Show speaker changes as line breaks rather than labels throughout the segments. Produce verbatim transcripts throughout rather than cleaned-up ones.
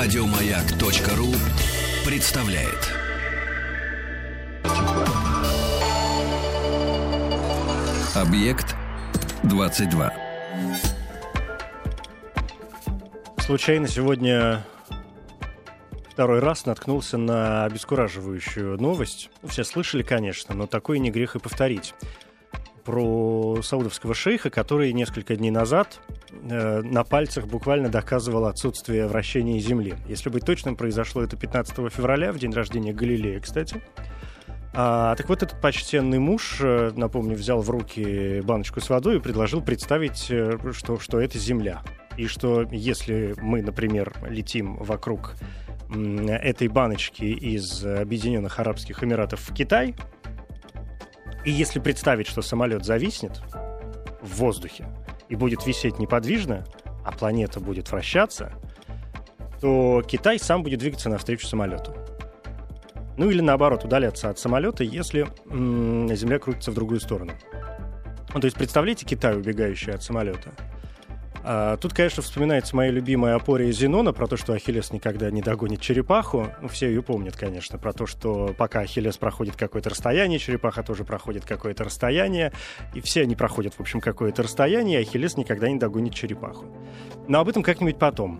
Радиомаяк.ру представляет. Объект двадцать два.
Случайно сегодня второй раз наткнулся на обескураживающую новость. Все слышали, конечно, но такое не грех и повторить. Про саудовского шейха, который несколько дней назад э, на пальцах буквально доказывал отсутствие вращения Земли. Если быть точным, произошло это пятнадцатого февраля, в день рождения Галилея, кстати. А, так вот, этот почтенный муж, э, напомню, взял в руки баночку с водой и предложил представить, э, что, что это Земля. И что если мы, например, летим вокруг м, этой баночки из Объединенных Арабских Эмиратов в Китай, и если представить, что самолет зависнет в воздухе и будет висеть неподвижно, а планета будет вращаться, то Китай сам будет двигаться навстречу самолету. Ну или наоборот, удаляться от самолета, если м- Земля крутится в другую сторону. Ну, то есть представляете Китай, убегающий от самолета? А, тут, конечно, вспоминается моя любимая апория Зенона про то, что Ахиллес никогда не догонит черепаху. Ну, все ее помнят, конечно, про то, что пока Ахиллес проходит какое-то расстояние, черепаха тоже проходит какое-то расстояние, и все они проходят, в общем, какое-то расстояние, и Ахиллес никогда не догонит черепаху. Но об этом как-нибудь потом.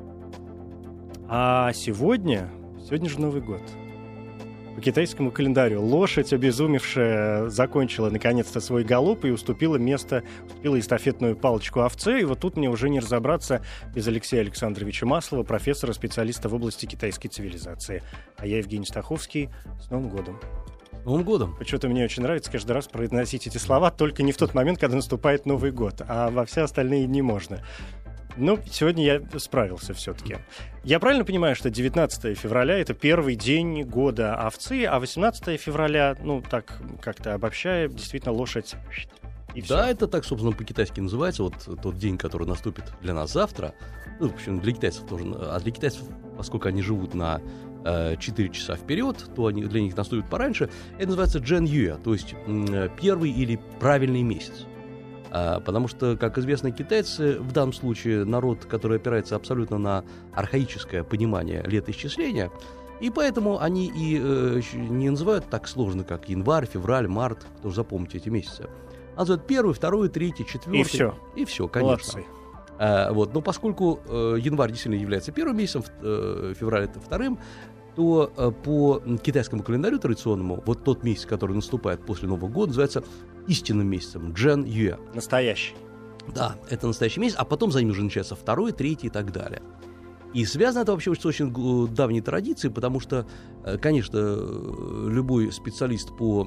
А сегодня, сегодня же Новый год. По китайскому календарю лошадь, обезумевшая, закончила наконец-то свой галоп и уступила место, уступила эстафетную палочку овце. И вот тут мне уже не разобраться без Алексея Александровича Маслова, профессора, специалиста в области китайской цивилизации. А я Евгений Стаховский. С Новым годом!
С Новым годом!
Почему-то мне очень нравится каждый раз произносить эти слова, только не в тот момент, когда наступает Новый год, а во все остальные не можно. Ну, сегодня я справился все-таки. Я правильно понимаю, что девятнадцатого февраля — это первый день года овцы, а восемнадцатого февраля, ну, так как-то обобщая, действительно лошадь и все?
Да, это так, собственно, по-китайски называется. Вот тот день, который наступит для нас завтра. Ну, в общем, для китайцев тоже. А для китайцев, поскольку они живут на э, четыре часа вперед, то они, для них наступит пораньше. Это называется Джен Юэ, то есть э, первый или правильный месяц. Потому что, как известно, китайцы в данном случае народ, который опирается абсолютно на архаическое понимание летоисчисления, и поэтому они и э, не называют так сложно, как январь, февраль, март, тоже запомните эти месяцы. А называют первый, второй, третий, четвертый.
И все.
И все, конечно. А, вот. Но поскольку э, январь действительно является первым месяцем, э, февраль это вторым, то э, по китайскому календарю традиционному вот тот месяц, который наступает после Нового года, называется истинным месяцем, Джен Юэ.
Настоящий.
Да, это настоящий месяц, а потом за ним уже начинается второй, третий и так далее. И связано это вообще с очень давней традицией, потому что, конечно, любой специалист по,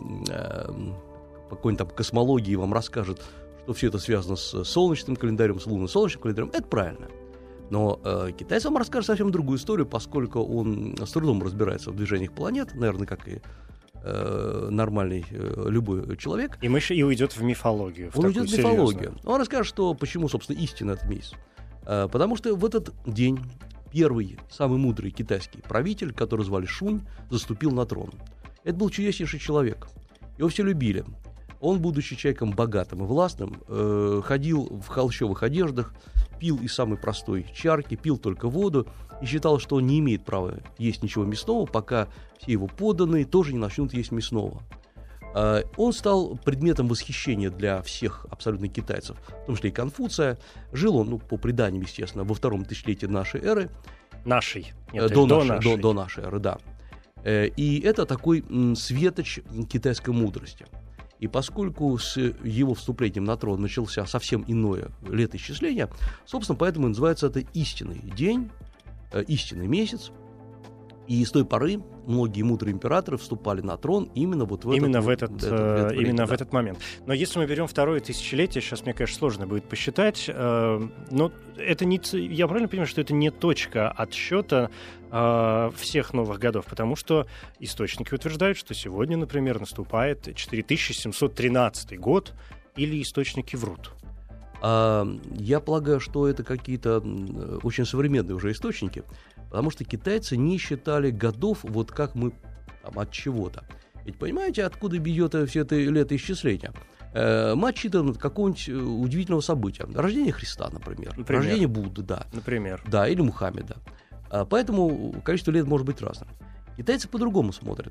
по какой-нибудь там космологии вам расскажет, что все это связано с солнечным календарем, с лунно-солнечным календарем. Это правильно. Но э, китайец вам расскажет совсем другую историю, поскольку он с трудом разбирается в движениях планет, наверное, как и э, нормальный э, любой человек.
И, мы, и уйдет в мифологию. В
он уйдет в
серьезную.
мифологию. Он расскажет, что почему, собственно, истинно этот месяц. Э, потому что в этот день первый, самый мудрый китайский правитель, который звали Шунь, заступил на трон. Это был чудеснейший человек. Его все любили. Он, будучи человеком богатым и властным, э, ходил в холщовых одеждах, пил из самой простой чарки, пил только воду и считал, что он не имеет права есть ничего мясного, пока все его подданные тоже не начнут есть мясного. Э, он стал предметом восхищения для всех абсолютно китайцев, в том числе и Конфуция. Жил он, ну, по преданиям, естественно, во втором тысячелетии нашей эры.
Нашей. Нет,
до,
до,
нашей,
нашей.
До, до нашей эры, да. Э, и это такой м, светоч китайской мудрости. И поскольку с его вступлением на трон начался совсем иное летоисчисление, собственно, поэтому называется это истинный день, э, истинный месяц. И с той поры многие мудрые императоры вступали на трон именно вот в этот,
именно в этот,
вот, это, это время,
именно
да.
в этот момент. Но если мы берем второе тысячелетие, сейчас мне, конечно, сложно будет посчитать, э, но это не, я правильно понимаю, что это не точка отсчета э, всех новых годов, потому что источники утверждают, что сегодня, например, наступает четыре тысячи семьсот тринадцатый год, или источники врут?
А, я полагаю, что это какие-то очень современные уже источники, потому что китайцы не считали годов вот как мы там, от чего-то. Ведь понимаете, откуда бьет все это летоисчисление? Э, мы отчитываем от какого-нибудь удивительного события. Рождение Христа, например.
например.
Рождение Будды, да.
Например.
Да, или Мухаммеда. А, поэтому количество лет может быть разным. Китайцы по-другому смотрят.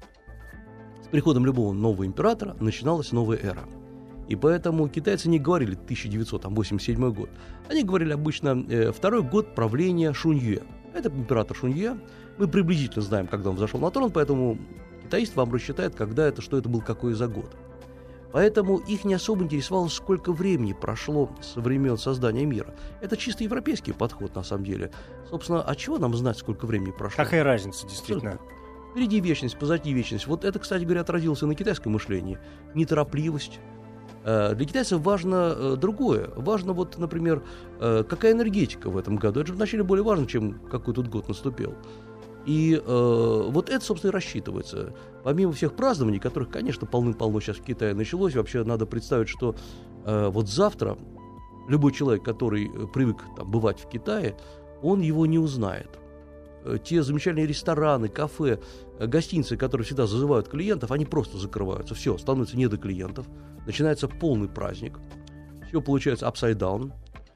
С приходом любого нового императора начиналась новая эра. И поэтому китайцы не говорили тысяча девятьсот восемьдесят седьмой год. Они говорили обычно э, второй год правления Шуньюэ. Это император Шуньюэ. Мы приблизительно знаем, когда он взошел на трон, поэтому китаист вам рассчитает, когда это, что это был, какой за год. Поэтому их не особо интересовало, сколько времени прошло со времен создания мира. Это чисто европейский подход, на самом деле. Собственно, а чего нам знать, сколько времени прошло?
Какая разница, действительно?
Впереди вечность, позади вечность. Вот это, кстати говоря, отразилось и на китайском мышлении. Неторопливость. Для китайцев важно другое. Важно, вот, например, какая энергетика в этом году. Это же вначале более важно, чем какой тут год наступил. И э, вот это, собственно, и рассчитывается. Помимо всех празднований, которых, конечно, полным-полно сейчас в Китае началось, вообще надо представить, что э, вот завтра любой человек, который привык там, бывать в Китае, он его не узнает. Те замечательные рестораны, кафе, гостиницы, которые всегда зазывают клиентов, они просто закрываются. Все, становится не до клиентов. Начинается полный праздник. Все получается upside down.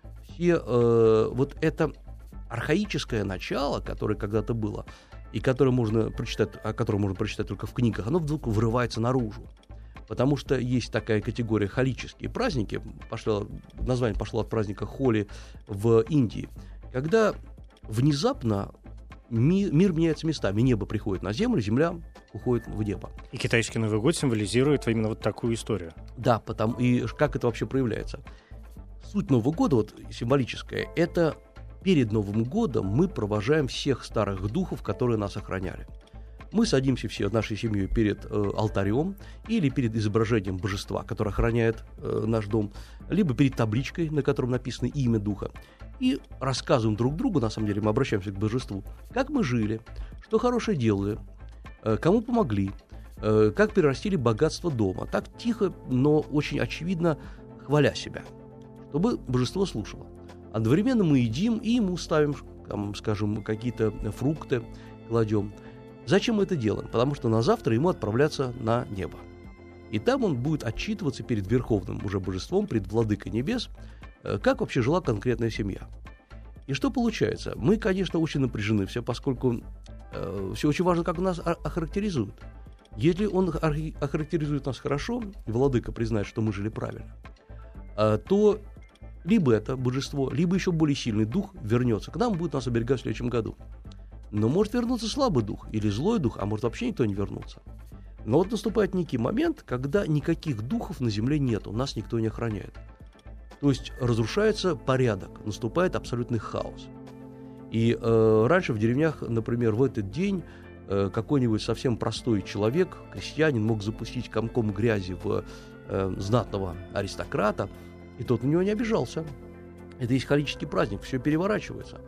Все э, вот это архаическое начало, которое когда-то было, и которое можно прочитать, о котором можно прочитать только в книгах, оно вдруг вырывается наружу. Потому что есть такая категория холические праздники. Пошло, название пошло от праздника Холи в Индии. Когда внезапно ми, мир меняется местами. Небо приходит на землю, земля уходит в небо.
И китайский Новый год символизирует именно вот такую историю.
Да, потому, и как это вообще проявляется? Суть Нового года, вот, символическая, это перед Новым годом мы провожаем всех старых духов, которые нас охраняли. Мы садимся все нашей семьей перед э, алтарем или перед изображением божества, которое охраняет э, наш дом, либо перед табличкой, на котором написано имя духа, и рассказываем друг другу, на самом деле мы обращаемся к божеству, как мы жили, что хорошее делали, э, кому помогли, э, как перерастили богатство дома. Так тихо, но очень очевидно, хваля себя, чтобы божество слушало. Одновременно мы едим и ему ставим, там, скажем, какие-то фрукты, кладем. Зачем мы это делаем? Потому что на завтра ему отправляться на небо. И там он будет отчитываться перед верховным уже божеством, перед владыкой небес, как вообще жила конкретная семья. И что получается? Мы, конечно, очень напряжены все, поскольку э, все очень важно, как нас охарактеризуют. Если он охарактеризует нас хорошо, и владыка признает, что мы жили правильно, э, то либо это божество, либо еще более сильный дух вернется к нам, будет нас оберегать в следующем году. Но может вернуться слабый дух или злой дух, а может вообще никто не вернуться. Но вот наступает некий момент, когда никаких духов на земле нету, нас никто не охраняет. То есть разрушается порядок, наступает абсолютный хаос. И э, раньше в деревнях, например, в этот день э, какой-нибудь совсем простой человек, крестьянин, мог запустить комком грязи в э, знатного аристократа, и тот на него не обижался. Это есть холический праздник, все переворачивается.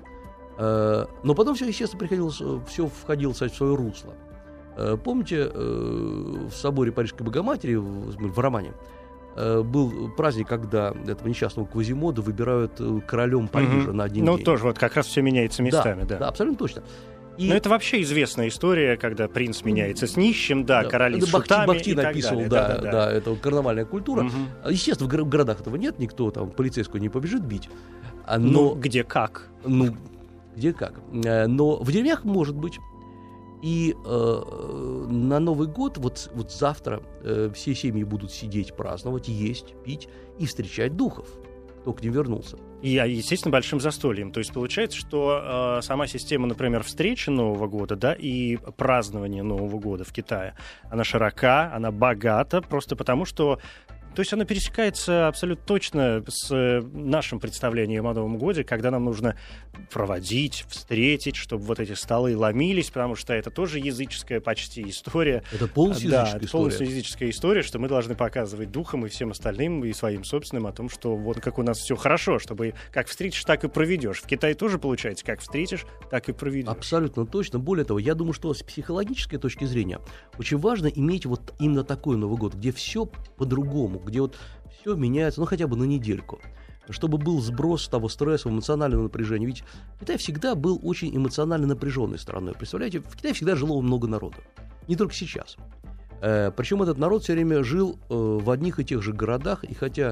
Но потом все, естественно, приходилось, все входило в свое русло. Помните, в соборе Парижской Богоматери, в романе, был праздник, когда этого несчастного Квазимода выбирают королем Парижа mm-hmm. на один
ну,
день.
Ну, тоже вот как раз все меняется местами. Да,
да. да абсолютно точно. И...
Но это вообще известная история, когда принц меняется с нищим, да, да. короли с
Бахти,
шутами
Бахти
и так
написывал,
далее.
Да,
да,
да,
да,
да, это карнавальная культура.
Угу.
Естественно, в городах этого нет, никто там полицейского не побежит бить.
Но... Ну, где как?
Ну, где как. Но в деревнях может быть. И э, на Новый год, вот, вот завтра, э, все семьи будут сидеть, праздновать, есть, пить и встречать духов, кто к ним вернулся.
И, естественно, большим застольем. То есть получается, что э, сама система, например, встречи Нового года, да, и празднования Нового года в Китае, она широка, она богата, просто потому что... То есть она пересекается абсолютно точно с нашим представлением о Новом годе, когда нам нужно проводить, встретить, чтобы вот эти столы ломились, потому что это тоже языческая почти история.
Это полностью
да,
языческая
это
история.
полностью языческая история, что мы должны показывать духам и всем остальным, и своим собственным о том, что вот как у нас все хорошо, чтобы как встретишь, так и проведешь. В Китае тоже получается, как встретишь, так и проведешь.
Абсолютно точно. Более того, я думаю, что с психологической точки зрения очень важно иметь вот именно такой Новый год, где все по-другому, где вот все меняется, ну, хотя бы на недельку, чтобы был сброс того стресса, эмоционального напряжения. Ведь Китай всегда был очень эмоционально напряженной страной. Представляете, в Китае всегда жило много народу. Не только сейчас. Э, причем этот народ все время жил э, в одних и тех же городах, и хотя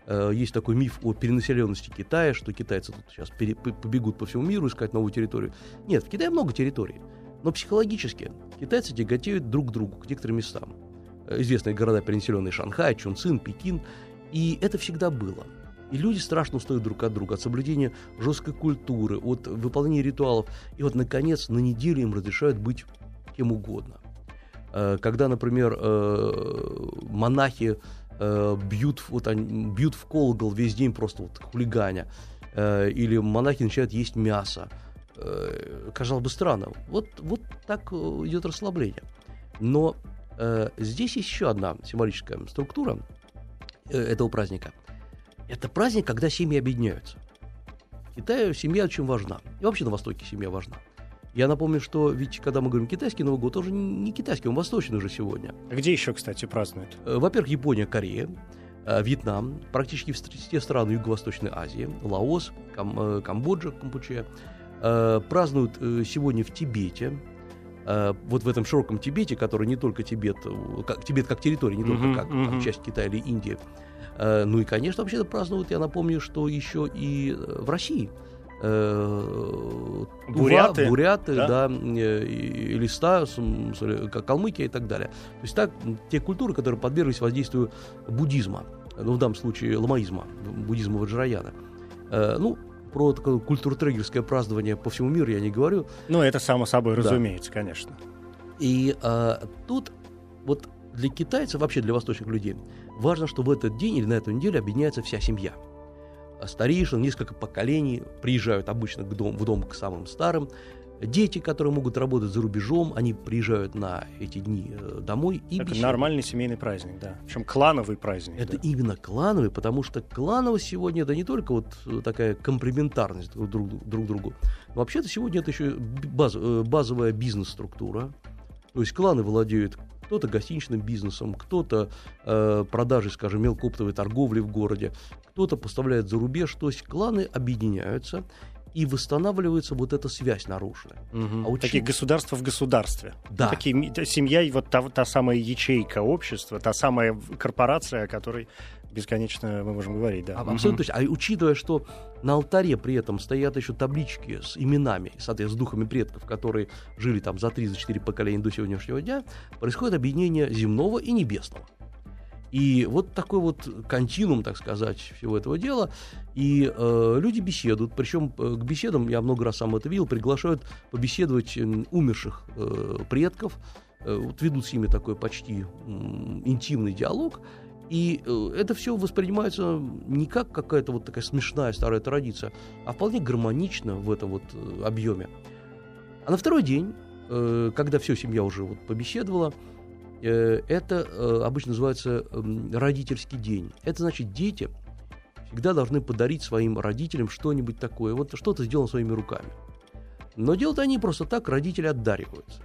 Есть такой миф о перенаселенности Китая, что китайцы тут сейчас пере- побегут по всему миру искать новую территорию. Нет, в Китае много территорий, но психологически китайцы тяготеют друг к другу, к некоторым местам. Известные города перенаселенные: Шанхай, Чунцин, Пекин. И это всегда было. И люди страшно устают друг от друга, от соблюдения жесткой культуры, от выполнения ритуалов. И вот, наконец, на неделю им разрешают быть кем угодно. Когда, например, монахи бьют, вот они, бьют в колокол весь день просто вот хулиганя, или монахи начинают есть мясо. Казалось бы, странно. Вот, вот так идет расслабление. Но здесь есть еще одна символическая структура этого праздника. Это праздник, когда семьи объединяются. В Китае семья очень важна. И вообще на Востоке семья важна. Я напомню, что ведь, когда мы говорим китайский Новый год, тоже не китайский, он восточный уже сегодня.
А где еще, кстати, празднуют?
Во-первых, Япония, Корея, Вьетнам, практически все страны Юго-Восточной Азии, Лаос, Кам- Камбоджа, Кампучия. Празднуют сегодня в Тибете. Вот в этом широком Тибете, который не только Тибет, как, Тибет как территория, не только uh-huh, как uh-huh. Там, часть Китая или Индии. Ну и, конечно, вообще-то празднуют, я напомню, что еще и в России.
Буряты,
Тува, буряты,
да,
да, и Элиста, Калмыкия и так далее. То есть так, те культуры, которые подверглись воздействию буддизма, ну, в данном случае ламаизма, буддизма Ваджраяна. Ну, про такое культуртрегерское празднование по всему миру я не говорю.
Ну, это само собой
да.
разумеется, конечно.
И а, тут вот для китайцев, вообще для восточных людей, важно, что в этот день или на эту неделю объединяется вся семья. Старейшин, несколько поколений приезжают обычно к дом, в дом к самым старым. Дети, которые могут работать за рубежом, они приезжают на эти дни домой и
это
беседуют.
Нормальный семейный праздник, да. Причем клановый праздник.
Это
да.
именно клановый, потому что клановость сегодня это не только вот такая комплементарность друг, друг, друг другу. Но вообще-то сегодня это еще баз, базовая бизнес-структура. То есть кланы владеют кто-то гостиничным бизнесом, кто-то э, продажей, скажем, мелкооптовой торговли в городе, кто-то поставляет за рубеж. То есть кланы объединяются, и восстанавливается вот эта связь нарушенная.
Угу.
А очень...
Такие государства в государстве.
Да.
Такие, семья, вот та, та самая ячейка общества, та самая корпорация, о которой бесконечно мы можем говорить. Да.
А, абсолютно точно. А учитывая, что на алтаре при этом стоят еще таблички с именами, соответственно, с духами предков, которые жили там за три, за четыре поколения до сегодняшнего дня, происходит объединение земного и небесного. И вот такой вот континуум, так сказать, всего этого дела. И э, люди беседуют. Причем э, к беседам, я много раз сам это видел, приглашают побеседовать э, умерших э, предков. Э, вот ведут с ними такой почти э, интимный диалог. И э, это все воспринимается не как какая-то вот такая смешная старая традиция, а вполне гармонично в этом вот э, объеме. А на второй день, э, когда вся семья уже вот побеседовала, это э, обычно называется э, родительский день. Это значит, дети всегда должны подарить своим родителям что-нибудь такое, вот что-то сделано своими руками. Но делают они просто так, родители отдариваются.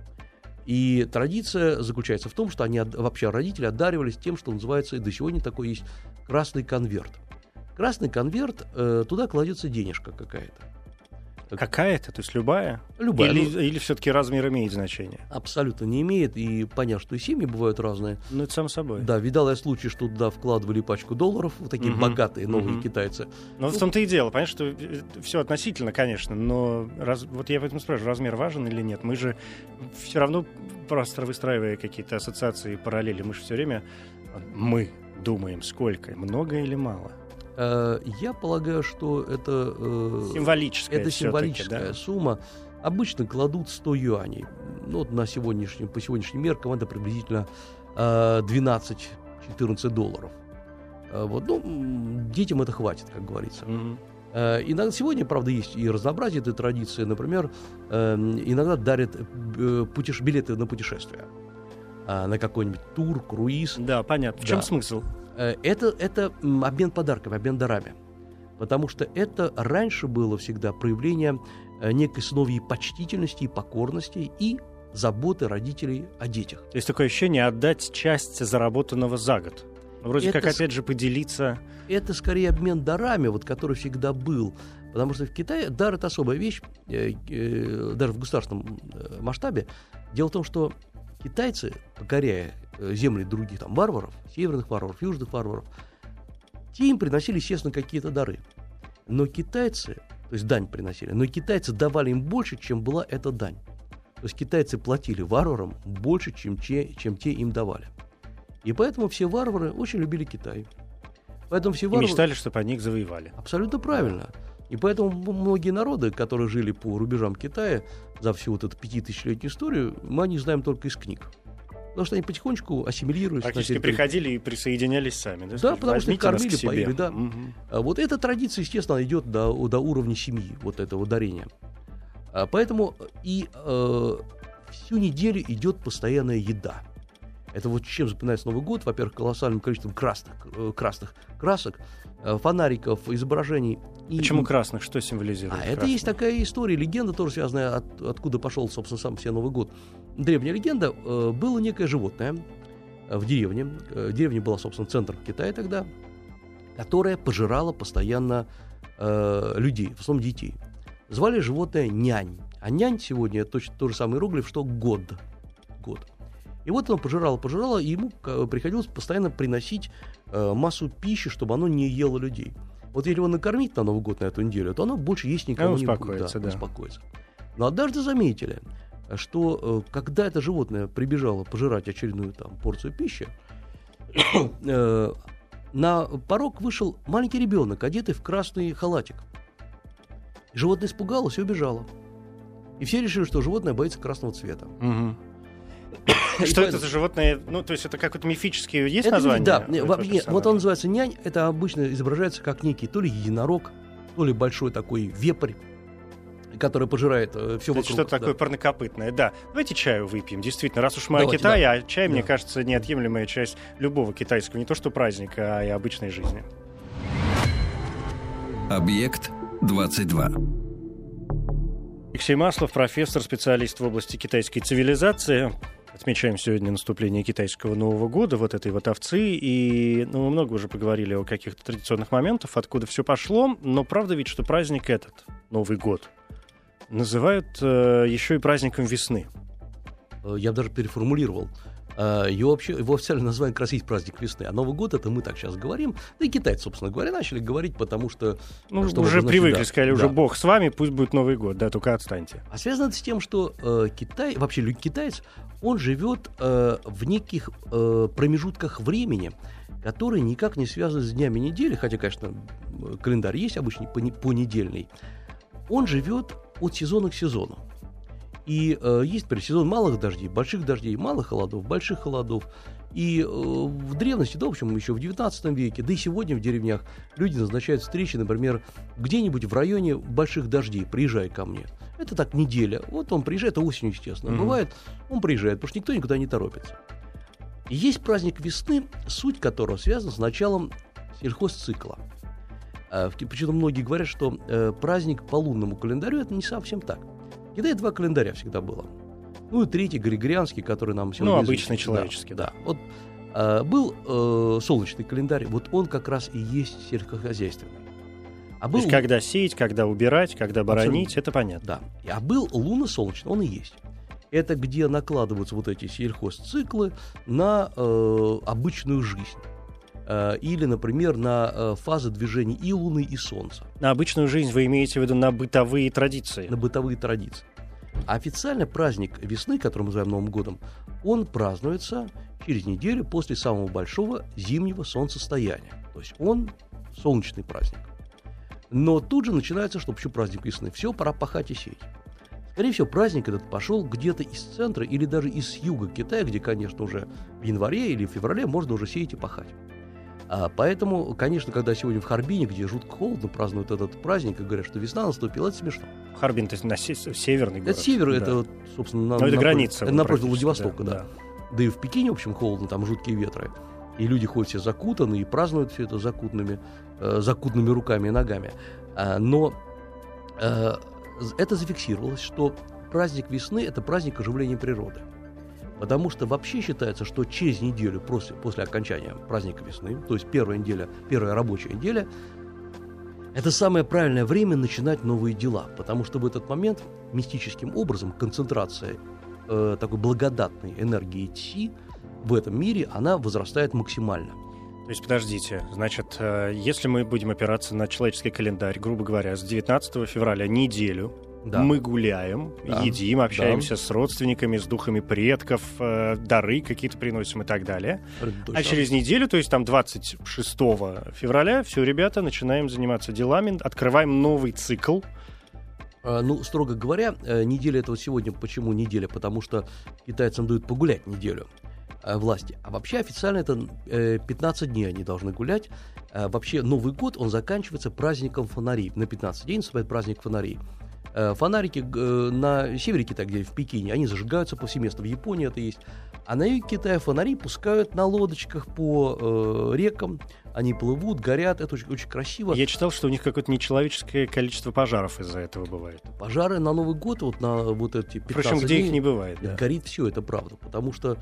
И традиция заключается в том, что они от, вообще родители отдаривались тем, что называется, и до сегодня такой есть, красный конверт. Красный конверт, э, туда кладется денежка какая-то.
Какая-то, то есть любая?
Любая.
Или,
ну,
или все-таки размер имеет значение?
Абсолютно не имеет. И понятно, что и семьи бывают разные.
Ну, это само собой.
Да, видал я случай, что туда вкладывали пачку долларов, вот такие
угу.
богатые новые
угу.
китайцы.
Ну,
ну,
в том-то и дело. Понятно, что все относительно, конечно, но раз, вот я поэтому спрашиваю, размер важен или нет? Мы же все равно, просто выстраивая какие-то ассоциации, параллели, мы же все время, мы думаем, сколько, много или мало?
Я полагаю, что это
символическая,
это символическая
да?
сумма. Обычно кладут сто юаней. Ну, вот на сегодняшнем, по сегодняшним меркам это приблизительно двенадцать-четырнадцать долларов. Вот, ну, детям это хватит, как говорится. Mm-hmm. Иногда сегодня, правда, есть и разнообразие этой традиции. Например, иногда дарят путеше... билеты на путешествия. На какой-нибудь тур, круиз.
Да, понятно. В чем да. смысл?
Это, это обмен подарками, обмен дарами. Потому что это раньше было всегда проявление некой сыновьей почтительности и покорности и заботы родителей о детях.
То есть такое ощущение отдать часть заработанного за год. Вроде это как, опять же, поделиться...
Это скорее обмен дарами, вот, который всегда был. Потому что в Китае дар — это особая вещь, э, э, даже в государственном э, масштабе. Дело в том, что китайцы, покоряя земли других там варваров, северных варваров, южных варваров, те им приносили, естественно, какие-то дары. Но китайцы, то есть дань приносили, но китайцы давали им больше, чем была эта дань. То есть китайцы платили варварам больше, чем, че, чем те им давали. И поэтому все варвары очень любили Китай. Поэтому все варвары...
И мечтали, чтобы они их завоевали.
Абсолютно правильно. И поэтому многие народы, которые жили по рубежам Китая за всю вот эту пятитысячелетнюю историю, мы о них знаем только из книг. Потому что они потихонечку ассимилируются.
Практически приходили и присоединялись сами. Да,
да, потому что их кормили, поили. Да.
Угу.
А вот эта традиция, естественно, идет до, до уровня семьи, вот этого дарения. А поэтому и э, всю неделю идет постоянная еда. Это вот чем запоминается Новый год. Во-первых, колоссальным количеством красных, э, красных красок, э, фонариков, изображений. И,
Почему красных? Что символизирует?
А это есть такая история, легенда, тоже связанная, от, откуда пошел, собственно, сам себе Новый год. Древняя легенда. Э, было некое животное э, в деревне. Э, деревня была, собственно, центром Китая тогда, которое пожирало постоянно э, людей, в основном детей. Звали животное нянь. А нянь сегодня это точно тот же самый иероглиф, что год. Год. И вот оно пожирало, пожирало, и ему приходилось постоянно приносить э, массу пищи, чтобы оно не ело людей. Вот если его накормить на Новый год на эту неделю, то оно больше есть никого не будет. Да, да. Успокоится. Но однажды заметили, что э, когда это животное прибежало пожирать очередную там порцию пищи, э, на порог вышел маленький ребенок, одетый в красный халатик. Животное испугалось и убежало. И все решили, что животное боится красного цвета.
Угу. Что это за животное? Ну, то есть это какое-то мифическое есть
это,
название?
Да, нет, вот он называется нянь. Это обычно изображается как некий то ли единорог, то ли большой такой вепрь, который пожирает э, все вокруг.
Что-то да. такое парнокопытное, да. Давайте чаю выпьем. Действительно, раз уж мы Давайте, о Китае, да. а чай, да. мне кажется, неотъемлемая часть любого китайского, не то что праздника, а и обычной жизни.
Объект двадцать два.
Алексей Маслов, профессор, специалист в области китайской цивилизации. Отмечаем сегодня наступление китайского Нового года, вот этой вот овцы. И ну, мы много уже поговорили о каких-то традиционных моментах, откуда все пошло. Но правда ведь, что праздник этот, Новый год, называют э, еще и праздником весны.
Я бы даже переформулировал. Его, вообще, его официальное название как раз есть праздник весны. А Новый год, это мы так сейчас говорим. Да и китайцы, собственно говоря, начали говорить, потому что...
Ну, что уже привыкли, да, сказали, да. уже Бог с вами, пусть будет Новый год, да, только отстаньте.
А связано это с тем, что э, Китай, вообще китаец, он живет э, в неких э, промежутках времени, которые никак не связаны с днями недели, хотя, конечно, календарь есть обычный понедельный. Он живет от сезона к сезону. И э, есть, например, сезон малых дождей, больших дождей, малых холодов, больших холодов. И э, в древности, да, в общем, еще в девятнадцатом веке, да и сегодня в деревнях люди назначают встречи, например, где-нибудь в районе больших дождей. Приезжай ко мне. Это так неделя. Вот он приезжает, это осенью, естественно. Mm-hmm. Бывает, он приезжает, потому что никто никуда не торопится. И есть праздник весны, суть которого связана с началом сельхозцикла. Э, почему-то многие говорят, что э, праздник по лунному календарю — это не совсем так. В Китае два календаря всегда было. Ну и третий, григорианский, который нам сегодня...
Ну, обычный человеческий.
Да, да. Вот э, был э, солнечный календарь, вот он как раз и есть сельскохозяйственный. А был...
То есть когда сеять, когда убирать, когда боронить, абсолютно. Это понятно.
Да. А был лунно-солнечный, он и есть. Это где накладываются вот эти сельхозциклы на э, обычную жизнь. Или, например, на фазы движения и Луны, и Солнца.
На обычную жизнь вы имеете в виду на бытовые традиции?
На бытовые традиции. А официально праздник весны, который мы называем Новым годом, он празднуется через неделю после самого большого зимнего солнцестояния. То есть он солнечный праздник. Но тут же начинается, что вообще праздник весны. Все, пора пахать и сеять. Скорее всего, праздник этот пошел где-то из центра или даже из юга Китая, где, конечно, уже в январе или в феврале можно уже сеять и пахать. А поэтому, конечно, когда сегодня в Харбине, где жутко холодно, празднуют этот праздник и говорят, что весна наступила, это смешно.
Харбин, то есть на се- северный город.
Это север,
да.
это, собственно, на,
это
напротив,
граница.
Это напротив Владивостока, да,
да.
да. Да и в Пекине, в общем, холодно, там жуткие ветры. И люди ходят все закутаны и празднуют все это закутанными, э, закутанными руками и ногами. А, но э, это зафиксировалось, что праздник весны – это праздник оживления природы. Потому что вообще считается, что через неделю после, после окончания праздника весны, то есть первая неделя, первая рабочая неделя, это самое правильное время начинать новые дела. Потому что в этот момент мистическим образом концентрация э, такой благодатной энергии Ци в этом мире, она возрастает максимально.
То То есть, подождите, значит, если мы будем опираться на человеческий календарь, грубо говоря, с девятнадцатого февраля неделю, да. мы гуляем, да. едим, общаемся да. с родственниками, с духами предков, дары какие-то приносим и так далее. А через неделю, то есть там двадцать шестого февраля, все, ребята, начинаем заниматься делами, открываем новый цикл.
Ну, строго говоря, неделя это вот сегодня. Почему неделя? Потому что китайцам дают погулять неделю власти. А вообще официально это пятнадцать дней они должны гулять. Вообще Новый год, он заканчивается праздником фонарей. На пятнадцать дней наступает праздник фонарей. Фонарики на севере Китая, где в Пекине, они зажигаются повсеместно. В Японии это есть. А на юге Китая фонари пускают на лодочках по э, рекам. Они плывут, горят. Это очень, очень красиво.
Я читал, что у них какое-то нечеловеческое количество пожаров из-за этого бывает.
Пожары на Новый год, вот на вот эти пятнадцать
Впрочем, где
дней,
их не бывает. Да.
Горит все, это правда. Потому что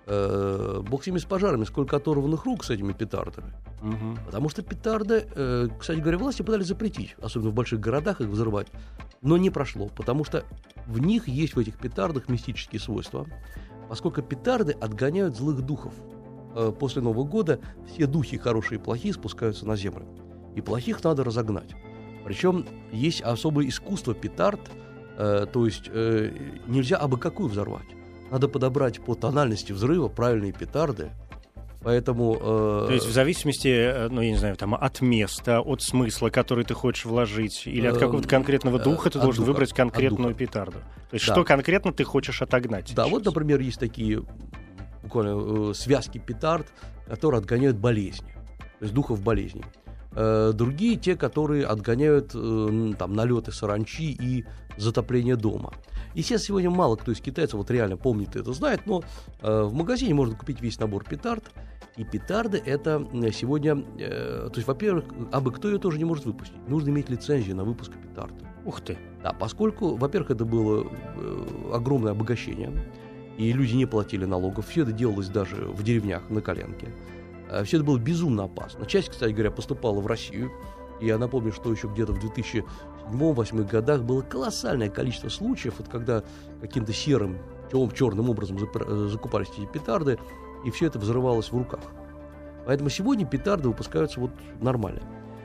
э, бог с ними, с пожарами, сколько оторванных рук с этими петардами. Угу. Потому что петарды, э, кстати говоря, власти пытались запретить, особенно в больших городах, их взрывать. Но не прошло, потому что в них есть, в этих петардах, мистические свойства. Поскольку петарды отгоняют злых духов. Э, после Нового года все духи, хорошие и плохие, спускаются на землю. И плохих надо разогнать. Причем есть особое искусство петард, э, то есть э, нельзя абы какую взорвать. Надо подобрать по тональности взрыва правильные петарды. Поэтому, э...
То есть в зависимости, ну, я не знаю, там, от места, от смысла, который ты хочешь вложить, или от какого-то конкретного духа ты должен духа. выбрать конкретную петарду. То есть да. что конкретно ты хочешь отогнать?
Да,
сейчас?
Вот, например, есть такие буквально э, связки петард, которые отгоняют болезни, то есть духов болезней. Э, другие те, которые отгоняют э, там, налеты саранчи и затопление дома. Естественно, сегодня мало кто из китайцев вот реально помнит и это знает, но э, в магазине можно купить весь набор петард. И петарды это сегодня, э, то есть, во-первых, абы кто ее тоже не может выпустить. Нужно иметь лицензию на выпуск петард.
Ух ты!
Да, поскольку, во-первых, это было э, огромное обогащение, и люди не платили налогов. Все это делалось даже в деревнях на коленке. Э, все это было безумно опасно. Часть, кстати говоря, поступала в Россию. И я напомню, что еще где-то в две тысячи седьмом-две тысячи восьмом годах было колоссальное количество случаев, вот когда каким-то серым, черным образом закупались эти петарды, и все это взрывалось в руках. Поэтому сегодня петарды выпускаются вот нормально.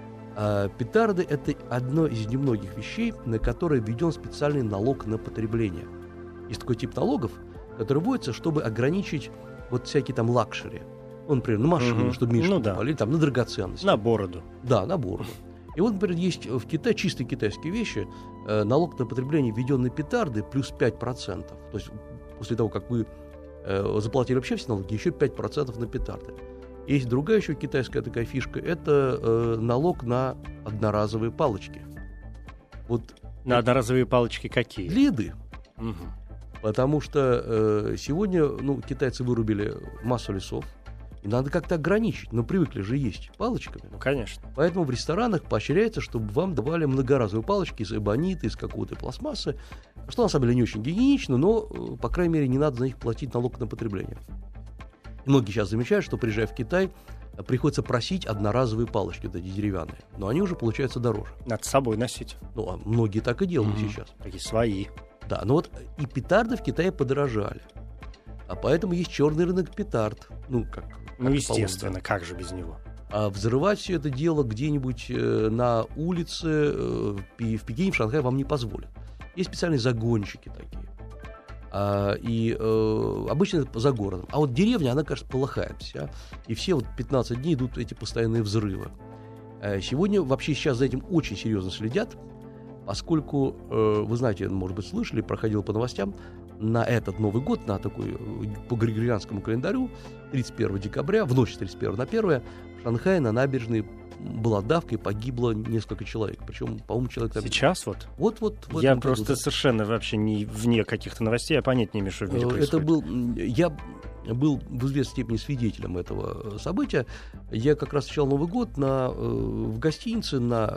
А петарды — это одно из немногих вещей, на которые введен специальный налог на потребление. Есть такой тип налогов, который вводится, чтобы ограничить вот всякие там лакшери. Ну, например, на машину, угу. чтобы меньше
ну,
покупали, да. или там на драгоценности.
На бороду.
Да, на бороду. И вот, например, есть в Китае чисто китайские вещи. Э, налог на потребление, введен на петарды, плюс пять процентов. То есть после того, как вы э, заплатили вообще все налоги, еще пять процентов на петарды. Есть другая еще китайская такая фишка. Это э, налог на одноразовые палочки. Вот,
на одноразовые палочки какие?
Для еды.
Угу.
Потому что э, сегодня ну, китайцы вырубили массу лесов. И надо как-то ограничить, но привыкли же есть палочками.
Ну, конечно.
Поэтому в ресторанах поощряется, чтобы вам давали многоразовые палочки из эбонита, из какой-то пластмассы, что на самом деле не очень гигиенично, но, по крайней мере, не надо за них платить налог на потребление. И многие сейчас замечают, что, приезжая в Китай, приходится просить одноразовые палочки, вот эти деревянные, но они уже получаются дороже.
Надо с собой носить.
Ну, а многие так и делают mm-hmm. сейчас.
Такие свои.
Да, но вот и петарды в Китае подорожали. А поэтому есть черный рынок петард. Ну, как
Ну, естественно, как же без него?
А взрывать все это дело где-нибудь э, на улице э, в Пекине, в Шанхае вам не позволят. Есть специальные загонщики такие. А, и э, обычно это за городом. А вот деревня, она, кажется, полыхает вся. И все вот пятнадцать дней идут эти постоянные взрывы. А сегодня вообще сейчас за этим очень серьезно следят, поскольку, э, вы знаете, может быть, слышали, проходил по новостям, на этот Новый год, на такой, по григорианскому календарю, тридцать первого декабря, в ночь с тридцать первого на первое, в Шанхае на набережной была давка и погибло несколько человек. Причем, по-моему, человек... Там...
Сейчас вот?
Вот-вот.
Я просто году. совершенно вообще не вне каких-то новостей, я понять не имею, что в мире происходит.
Это был... Я был в известной степени свидетелем этого события. Я как раз встречал Новый год на, в гостинице, на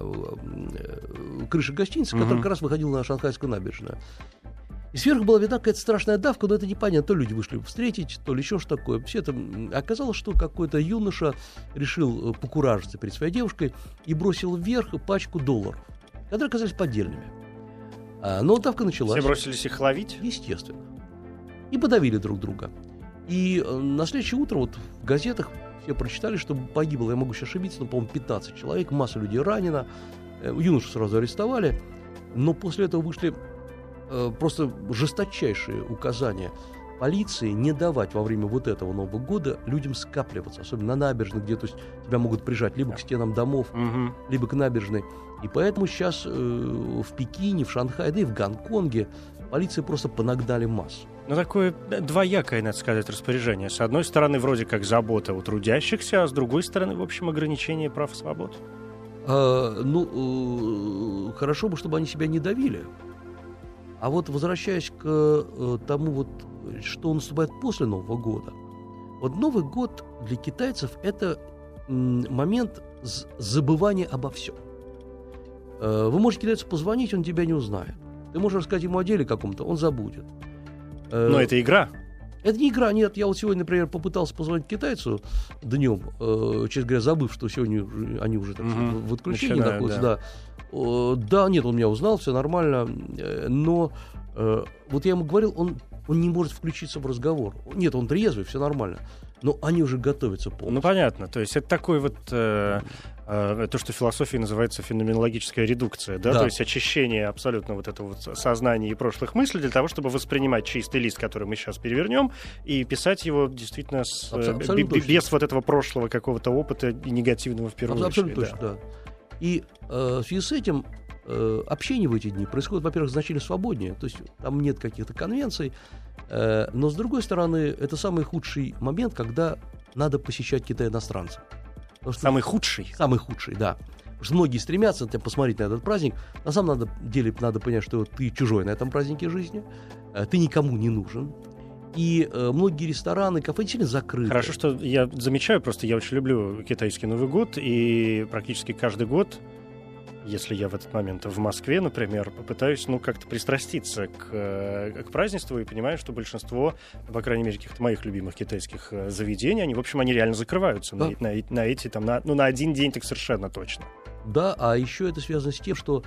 крыше гостиницы, угу. которая как раз выходила на Шанхайскую набережную. И сверху была видна какая-то страшная давка, но это непонятно. То люди вышли встретить, то ли еще что такое. Все это оказалось, что какой-то юноша решил покуражиться перед своей девушкой и бросил вверх пачку долларов, которые оказались поддельными. Но давка началась.
Все бросились их ловить?
Естественно. И подавили друг друга. И на следующее утро вот в газетах все прочитали, что погибло, я могу сейчас ошибиться, но, по-моему, пятнадцать человек, масса людей ранена, юношу сразу арестовали, но после этого вышли э, просто жесточайшие указания полиции не давать во время вот этого Нового года людям скапливаться, особенно на набережной, где, то есть, тебя могут прижать либо к стенам домов, угу. либо к набережной. И поэтому сейчас э, в Пекине, в Шанхае, да и в Гонконге полиции просто понагнали массу.
Ну, такое двоякое, надо сказать, распоряжение. С одной стороны, вроде как забота о трудящихся, а с другой стороны, в общем, ограничение прав и свобод.
А, ну, э, хорошо бы, чтобы они себя не давили. А вот возвращаясь к э, тому, вот, что наступает после Нового года. Вот Новый год для китайцев – это м, момент з- забывания обо всем. Э, вы можете китайцу позвонить, он тебя не узнает. Ты можешь рассказать ему о деле каком-то, он забудет. Э,
Но это игра.
Это не игра, нет. Я вот сегодня, например, попытался позвонить китайцу днем, э, честно говоря, забыв, что сегодня они уже так, mm-hmm. в отключении Начинаю, находятся. Да. Да. Э, да, нет, он меня узнал, все нормально. Э, но э, вот я ему говорил, он, он не может включиться в разговор. Нет, он трезвый, все нормально. Но они уже готовятся полностью.
Ну, понятно. То есть это такой вот... Э, э, то, что в философии называется феноменологическая редукция. Да?
Да.
То есть очищение абсолютно вот этого вот сознания и прошлых мыслей для того, чтобы воспринимать чистый лист, который мы сейчас перевернем, и писать его действительно с,
абсолютно
б- б- без вот этого прошлого какого-то опыта и негативного в первую
абсолютно
очередь.
Абсолютно точно, да. да. И э, в связи с этим э, общение в эти дни происходит, во-первых, значительно свободнее. То есть там нет каких-то конвенций. Э, но, с другой стороны, это самый худший момент, когда надо посещать Китай иностранцам. Что,
самый худший?
Самый худший, да. Потому что многие стремятся посмотреть на этот праздник. На самом деле надо понять, что ты чужой на этом празднике жизни. Э, ты никому не нужен. И э, многие рестораны, кафе действительно закрыты.
Хорошо, что я замечаю, просто я очень люблю китайский Новый год, и практически каждый год, если я в этот момент в Москве, например, попытаюсь, ну, как-то пристраститься к, к празднеству и понимаю, что большинство, по крайней мере, каких-то моих любимых китайских заведений, они, в общем, они реально закрываются да. на, на, на эти, там, на, ну, на один день так совершенно точно.
Да, а еще это связано с тем, что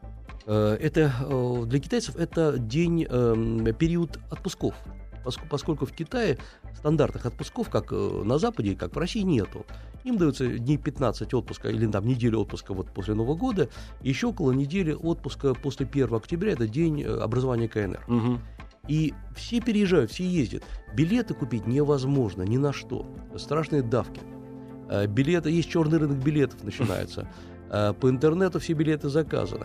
э, это, э, для китайцев это день, э, период отпусков. Поскольку в Китае стандартных отпусков, как на Западе, как в России, нету. Им дается дней пятнадцать отпуска, или там неделю отпуска вот после Нового года, и еще около недели отпуска после первого октября, это день образования КНР. Угу. И все переезжают, все ездят. Билеты купить невозможно ни на что. Страшные давки. Билеты, есть черный рынок билетов начинается. По интернету все билеты заказаны.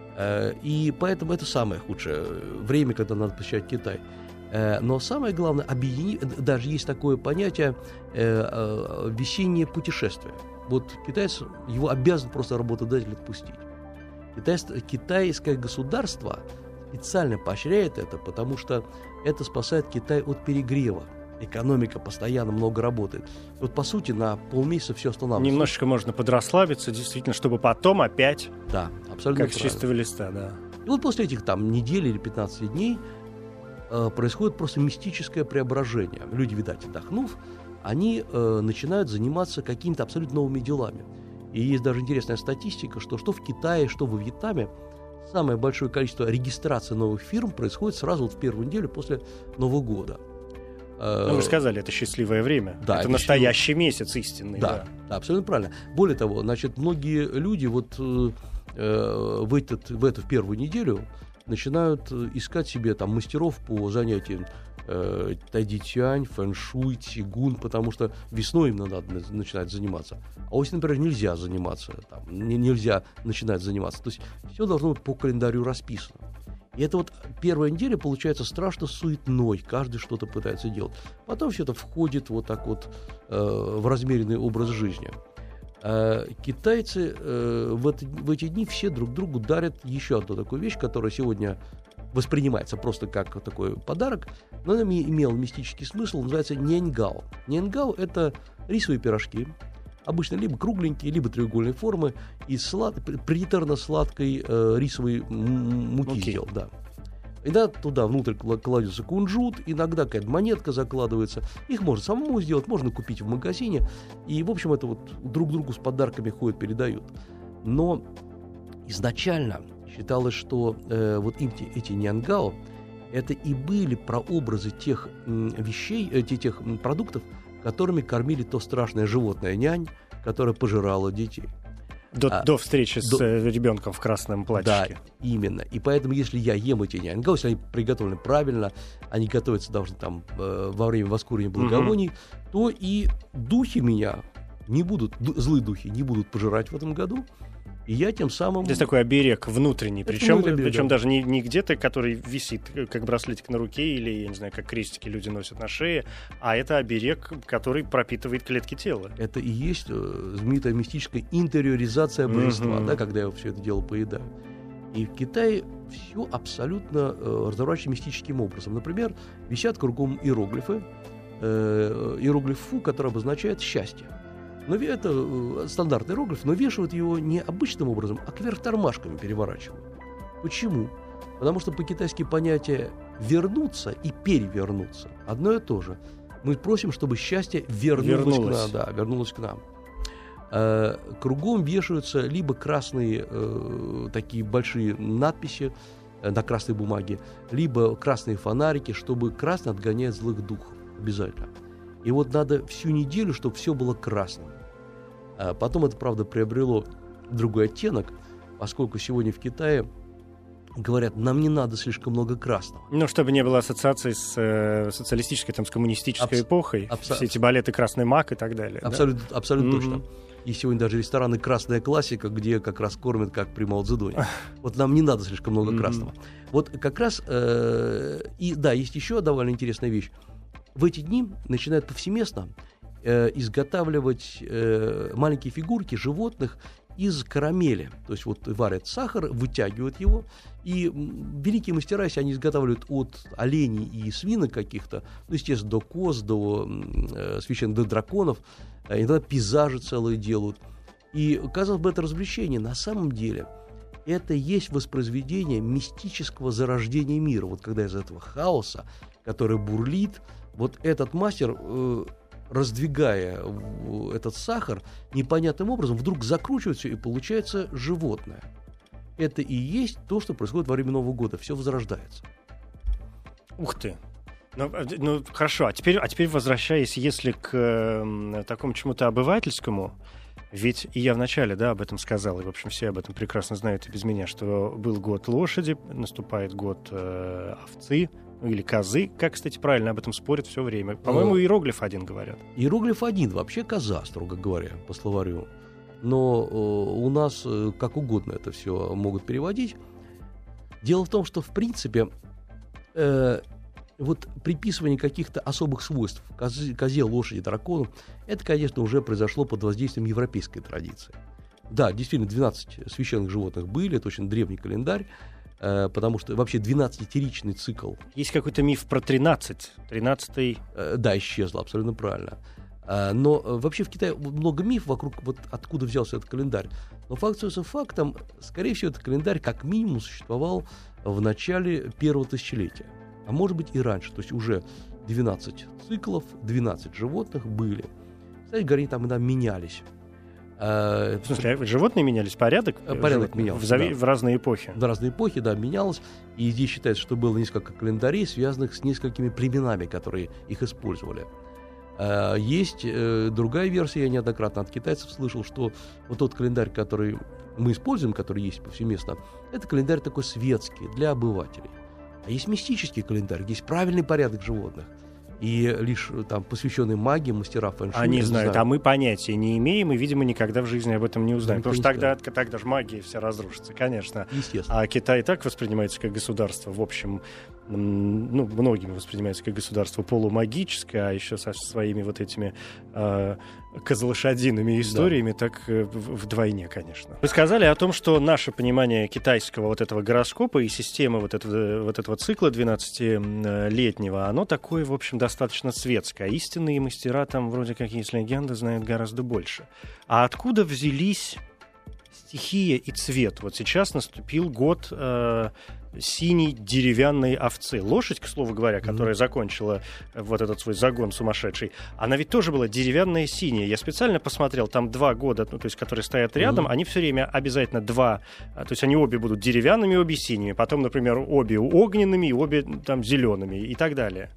И поэтому это самое худшее время, когда надо посещать Китай. Но самое главное, объединить, даже есть такое понятие э, э, весеннее путешествие. Вот китайец, его обязан просто работодатель отпустить. Китай, китайское государство специально поощряет это, потому что это спасает Китай от перегрева. Экономика постоянно много работает. Вот по сути на полмесяца все останавливается.
Немножечко можно подрасслабиться, действительно, чтобы потом опять,
да, абсолютно
как правильно. С чистого листа. Да.
И вот после этих там недели или пятнадцати дней происходит просто мистическое преображение. Люди, видать, отдохнув, они э, начинают заниматься какими-то абсолютно новыми делами. И есть даже интересная статистика, что что в Китае, что во Вьетнаме самое большое количество регистрации новых фирм происходит сразу вот в первую неделю после Нового года.
Ну, вы сказали, это счастливое время.
Да,
это, это настоящий счастлив... месяц истинный.
Да,
да.
да, абсолютно правильно. Более того, значит, многие люди вот э, в, этот, в эту в первую неделю начинают искать себе там мастеров по занятиям э, тайди-тянь, фэн-шуй, цигун, потому что весной им надо начинать заниматься. А осенью, например, нельзя заниматься, там, не, нельзя начинать заниматься. То есть все должно быть по календарю расписано. И это вот первая неделя получается страшно суетной, каждый что-то пытается делать. Потом все это входит вот так вот э, в размеренный образ жизни. А китайцы э, в, это, в эти дни все друг другу дарят еще одну такую вещь, которая сегодня воспринимается просто как такой подарок, но она имела мистический смысл, называется няньгао. Няньгао – это рисовые пирожки, обычно либо кругленькие, либо треугольной формы, из слад... приторно-сладкой э, рисовой м- муки okay. сделал, да. Иногда туда внутрь кладется кунжут, иногда какая-то монетка закладывается. Их можно самому сделать, можно купить в магазине. И, в общем, это вот друг другу с подарками ходят, передают. Но изначально считалось, что э, вот эти, эти няньгао это и были прообразы тех м, вещей, э, тех м, продуктов, которыми кормили то страшное животное нянь, которое пожирало детей.
До,
а,
до встречи
до...
с ребенком в красном платьике.
Да, именно. И поэтому, если я ем эти няньгау, если они приготовлены правильно, они готовятся должны там э, во время воскурения благовоний, mm-hmm. то и духи меня не будут, ду- злые духи не будут пожирать в этом году. И я тем самым...
Здесь такой оберег внутренний,
Это
причем,
оберег,
причем
да.
даже не, не где-то, который висит как браслетик на руке или, я не знаю, как крестики люди носят на шее, а это оберег, который пропитывает клетки тела.
Это и есть э, знаменитая мистическая интериоризация божества, mm-hmm. да, когда я все это дело поедаю. И в Китае все абсолютно э, разворачивается мистическим образом. Например, висят кругом иероглифы, э, иероглиф Фу, который обозначает счастье. Но это э, стандартный иероглиф, но вешают его не обычным образом, а кверх тормашками переворачивают. Почему? Потому что по-китайски понятие «вернуться» и «перевернуться» одно и то же. Мы просим, чтобы счастье вернулось, вернулось. к нам. Да, вернулось к нам. Э, кругом вешаются либо красные э, такие большие надписи э, на красной бумаге, либо красные фонарики, чтобы красный отгоняет злых духов. Обязательно. И вот надо всю неделю, чтобы все было красным. А потом это, правда, приобрело другой оттенок, поскольку сегодня в Китае говорят, нам не надо слишком много красного.
Ну, чтобы не было ассоциаций с э, социалистической, там, с коммунистической Абс- эпохой,
абс-
все эти балеты «Красный мак» и так далее.
Абсолютно,
да?
абсолютно
mm-hmm.
точно. И сегодня даже рестораны «Красная классика», где как раз кормят как при Мао Цзэдуне. Вот нам не надо слишком много mm-hmm. красного. Вот как раз, э, и да, есть еще довольно интересная вещь. В эти дни начинают повсеместно э, изготавливать э, маленькие фигурки животных из карамели. То есть вот варят сахар, вытягивают его, и великие мастера, если они изготавливают от оленей и свинок каких-то, ну, естественно, до коз, до э, священных, до драконов, э, иногда пейзажи целые делают. И, казалось бы, это развлечение. На самом деле это есть воспроизведение мистического зарождения мира. Вот когда из этого хаоса, который бурлит, вот этот мастер, э, раздвигая этот сахар, непонятным образом вдруг закручивает все, и получается животное. Это и есть то, что происходит во время Нового года. Все возрождается.
Ух ты! Ну, ну хорошо, а теперь, а теперь возвращаясь, если к э, такому чему-то обывательскому, ведь и я вначале, да, об этом сказал, и, в общем, все об этом прекрасно знают и без меня, что был год лошади, наступает год э, овцы, ну, или козы. Как, кстати, правильно об этом спорят все время. По-моему, иероглиф один говорят.
Иероглиф один, вообще коза, строго говоря, по словарю. Но э, у нас э, как угодно это все могут переводить. Дело в том, что, в принципе, э, вот приписывание каких-то особых свойств козе, козе, лошади, дракону, это, конечно, уже произошло под воздействием европейской традиции. Да, действительно, двенадцать священных животных были, это очень древний календарь, э, потому что вообще двенадцатитеричный цикл.
Есть какой-то миф про тринадцать. тринадцатый...
Э, да, исчезло, абсолютно правильно. Э, но э, вообще в Китае много мифов вокруг, вот откуда взялся этот календарь. Но факт остается фактом, скорее всего, этот календарь как минимум существовал в начале первого тысячелетия. А может быть и раньше, то есть уже двенадцать циклов, двенадцать животных были. Кстати говоря, они там иногда менялись.
В смысле, животные менялись, порядок?
Порядок менялся,
в, зави... да. в разные эпохи.
В разные эпохи, да, менялось. И здесь считается, что было несколько календарей, связанных с несколькими племенами, которые их использовали. Есть другая версия, я неоднократно от китайцев слышал, что вот тот календарь, который мы используем, который есть повсеместно, это календарь такой светский, для обывателей. А есть мистический календарь, где есть правильный порядок животных. И лишь там посвященные магии, мастера фэн-шуй.
Они знают, знают, а мы понятия не имеем, и, видимо, никогда в жизни об этом не узнаем.
Никто
Потому что тогда,
скажет.
тогда же магия вся разрушится, конечно.
Естественно.
А Китай и так воспринимается как государство, в общем, ну, многими воспринимается как государство полумагическое, а еще со своими вот этими э, козлошадиными историями, да. Так э, вдвойне, конечно. Вы сказали о том, что наше понимание китайского вот этого гороскопа и системы вот этого, вот этого цикла двенадцатилетнего, оно такое, в общем, достаточно светское. Истинные мастера там, вроде как есть легенда, знают гораздо больше. А откуда взялись стихия и цвет? Вот сейчас наступил год э, синей деревянной овцы. Лошадь, к слову говоря, которая mm-hmm. закончила вот этот свой загон сумасшедший, она ведь тоже была деревянная синяя. Я специально посмотрел, там два года, ну, то есть, которые стоят рядом, mm-hmm. они все время обязательно два, то есть они обе будут деревянными, обе синими, потом, например, обе огненными и обе там зелеными и так далее.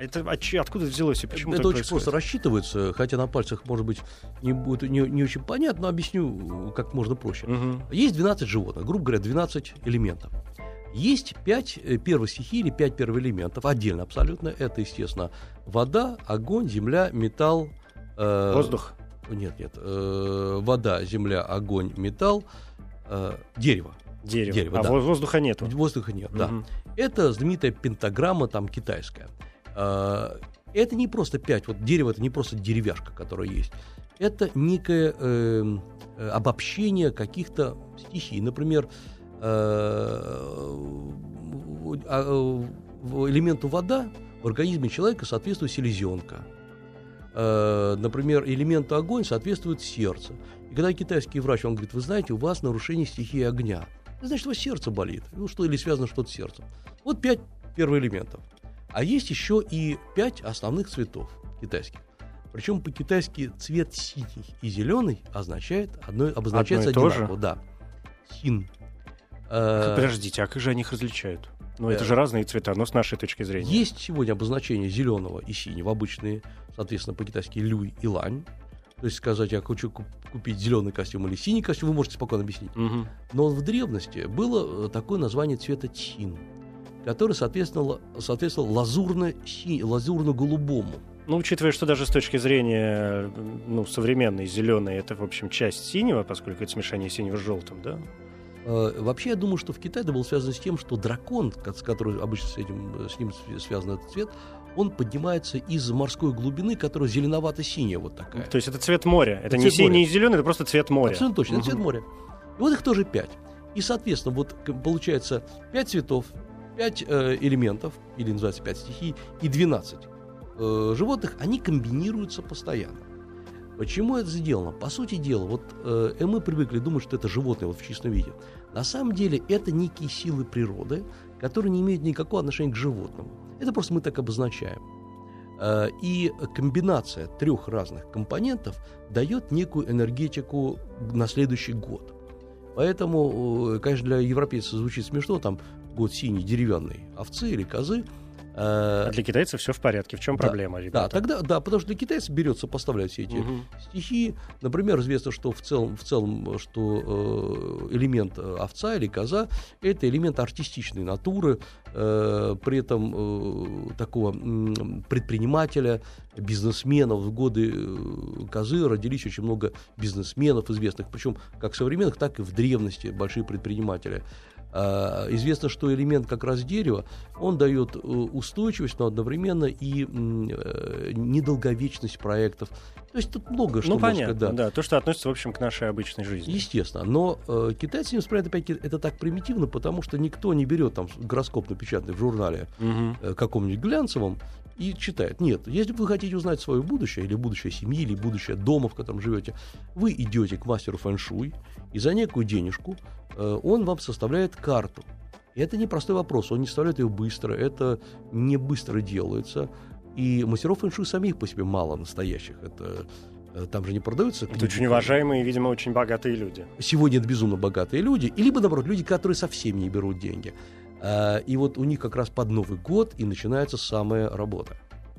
Это откуда взялось и почему
это
так
очень
происходит?
просто рассчитывается, хотя на пальцах, может быть, не будет не, не очень понятно, но объясню как можно проще.
Угу.
Есть двенадцать животных, грубо говоря, двенадцать элементов. Есть пять первых стихий или пять первых элементов, отдельно абсолютно. Это, естественно, вода, огонь, земля, металл. Э,
Воздух?
Нет, нет. Э, вода, земля, огонь, металл, э, дерево.
Дерево.
Дерево,
а
да.
воздуха нету?
Воздуха нет,
Угу.
да. Это знаменитая пентаграмма там китайская. Э, это не просто пять, вот дерево это не просто деревяшка, которая есть. Это некое э, обобщение каких-то стихий. Например, элементу вода в организме человека соответствует селезенка. Например, элементу огонь соответствует сердце. И когда китайский врач, он говорит, вы знаете, у вас нарушение стихии огня. Значит, у вас сердце болит. Ну, что, или связано что-то с сердцем. Вот пять первоэлементов. А есть еще и пять основных цветов китайских. Причем по-китайски цвет синий и зеленый означает одно, обозначается
одно и
одинаково. Да. Син.
Подождите, а как же они их различают? Ну, это же разные цвета, но с нашей точки зрения.
Есть сегодня обозначение зеленого и синего, обычные, соответственно, по-китайски люй и лань. То есть сказать, я хочу купить зеленый костюм или синий костюм, вы можете спокойно объяснить.
Угу.
Но в древности было такое название цвета чин, который соответствовал, соответствовал лазурно-си, лазурно-голубому.
Ну, учитывая, что даже с точки зрения ну, современной зеленой, это, в общем, часть синего, поскольку это смешание синего с желтым, да?
Вообще, я думаю, что в Китае это было связано с тем, что дракон, с которым обычно с, этим, с ним связан этот цвет, он поднимается из морской глубины, которая зеленовато-синяя вот такая.
То есть это цвет моря. Это,
это
не синий и зеленый, это просто цвет моря.
Абсолютно точно,
угу.
это цвет моря. И вот их тоже пять. И, соответственно, вот получается пять цветов, пять э, элементов, или называется пять стихий, и двенадцать э, животных, они комбинируются постоянно. Почему это сделано? По сути дела, вот э, мы привыкли думать, что это животные вот в чистом виде. На самом деле это некие силы природы, которые не имеют никакого отношения к животному. Это просто мы так обозначаем. Э, и комбинация трех разных компонентов дает некую энергетику на следующий год. Поэтому, э, конечно, для европейцев звучит смешно, там год синий, деревянный, овцы или козы.
А для китайцев все в порядке. В чем
да,
проблема, ребята?
Да, тогда, да, потому что для китайцев берется поставлять все эти угу. стихии. Например, известно, что в целом, в целом что э, элемент овца или коза – это элемент артистичной натуры, э, при этом э, такого э, предпринимателя, бизнесменов. В годы э, козы родились очень много бизнесменов известных, причем как современных, так и в древности большие предприниматели. Uh, известно, что элемент как раз дерева, он дает uh, устойчивость, но одновременно и uh, недолговечность проектов. То есть тут много что
ну,
можно
понятно,
сказать. Да.
да, то, что относится, в общем, к нашей обычной жизни.
Естественно, но uh, китайцы им вспоминают, опять это так примитивно, потому что никто не берет там гороскоп напечатанный в журнале угу. uh, каком-нибудь глянцевом и читает. Нет, если вы хотите узнать свое будущее, или будущее семьи, или будущее дома, в котором живете, вы идете к мастеру фэн-шуй, и за некую денежку э, он вам составляет карту. И это не простой вопрос, он не составляет ее быстро, это не быстро делается. И мастеров фэн-шуй самих по себе мало настоящих. Это, э, там же не продаются книги.
Это очень уважаемые, видимо, очень богатые люди.
Сегодня это безумно богатые люди, и либо, наоборот, люди, которые совсем не берут деньги. И вот у них как раз под Новый год и начинается самая работа.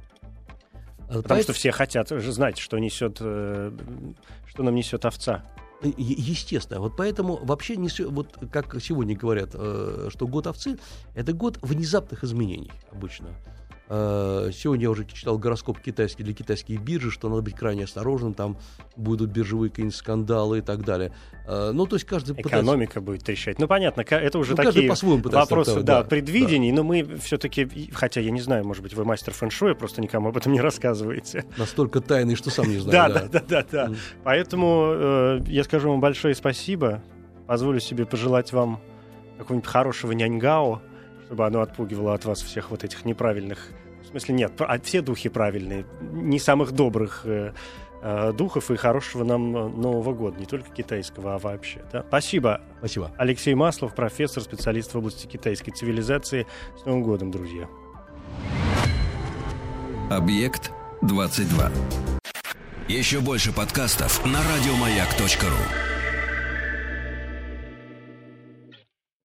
Потому Поэтому... что все хотят знать, что несет, что нам несет овца.
Естественно. Вот поэтому вообще несет, вот как сегодня говорят, что год овцы – это год внезапных изменений обычно. Сегодня я уже читал гороскоп китайский для китайских биржи, что надо быть крайне осторожным, там будут биржевые какие-нибудь скандалы и так далее. Ну, то есть каждый
Экономика
пытается...
будет трещать. Ну, понятно, это уже
ну,
такие вопросы
так,
да,
да,
предвидений,
да.
но мы все-таки, хотя я не знаю, может быть, вы мастер фэн-шуя, просто никому об этом не рассказываете.
Настолько тайный, что сам не знаю.
Да, да, да, да. Поэтому я скажу вам большое спасибо. Позволю себе пожелать вам какого-нибудь хорошего няньгао, чтобы оно отпугивало от вас всех вот этих неправильных... В смысле, нет, а все духи правильные, не самых добрых э, э, духов, и хорошего нам Нового года, не только китайского, а вообще. Да? Спасибо.
Спасибо.
Алексей Маслов, профессор, специалист в области китайской цивилизации. С Новым годом, друзья.
Объект двадцать два. Еще больше подкастов на радиомаяк точка ру.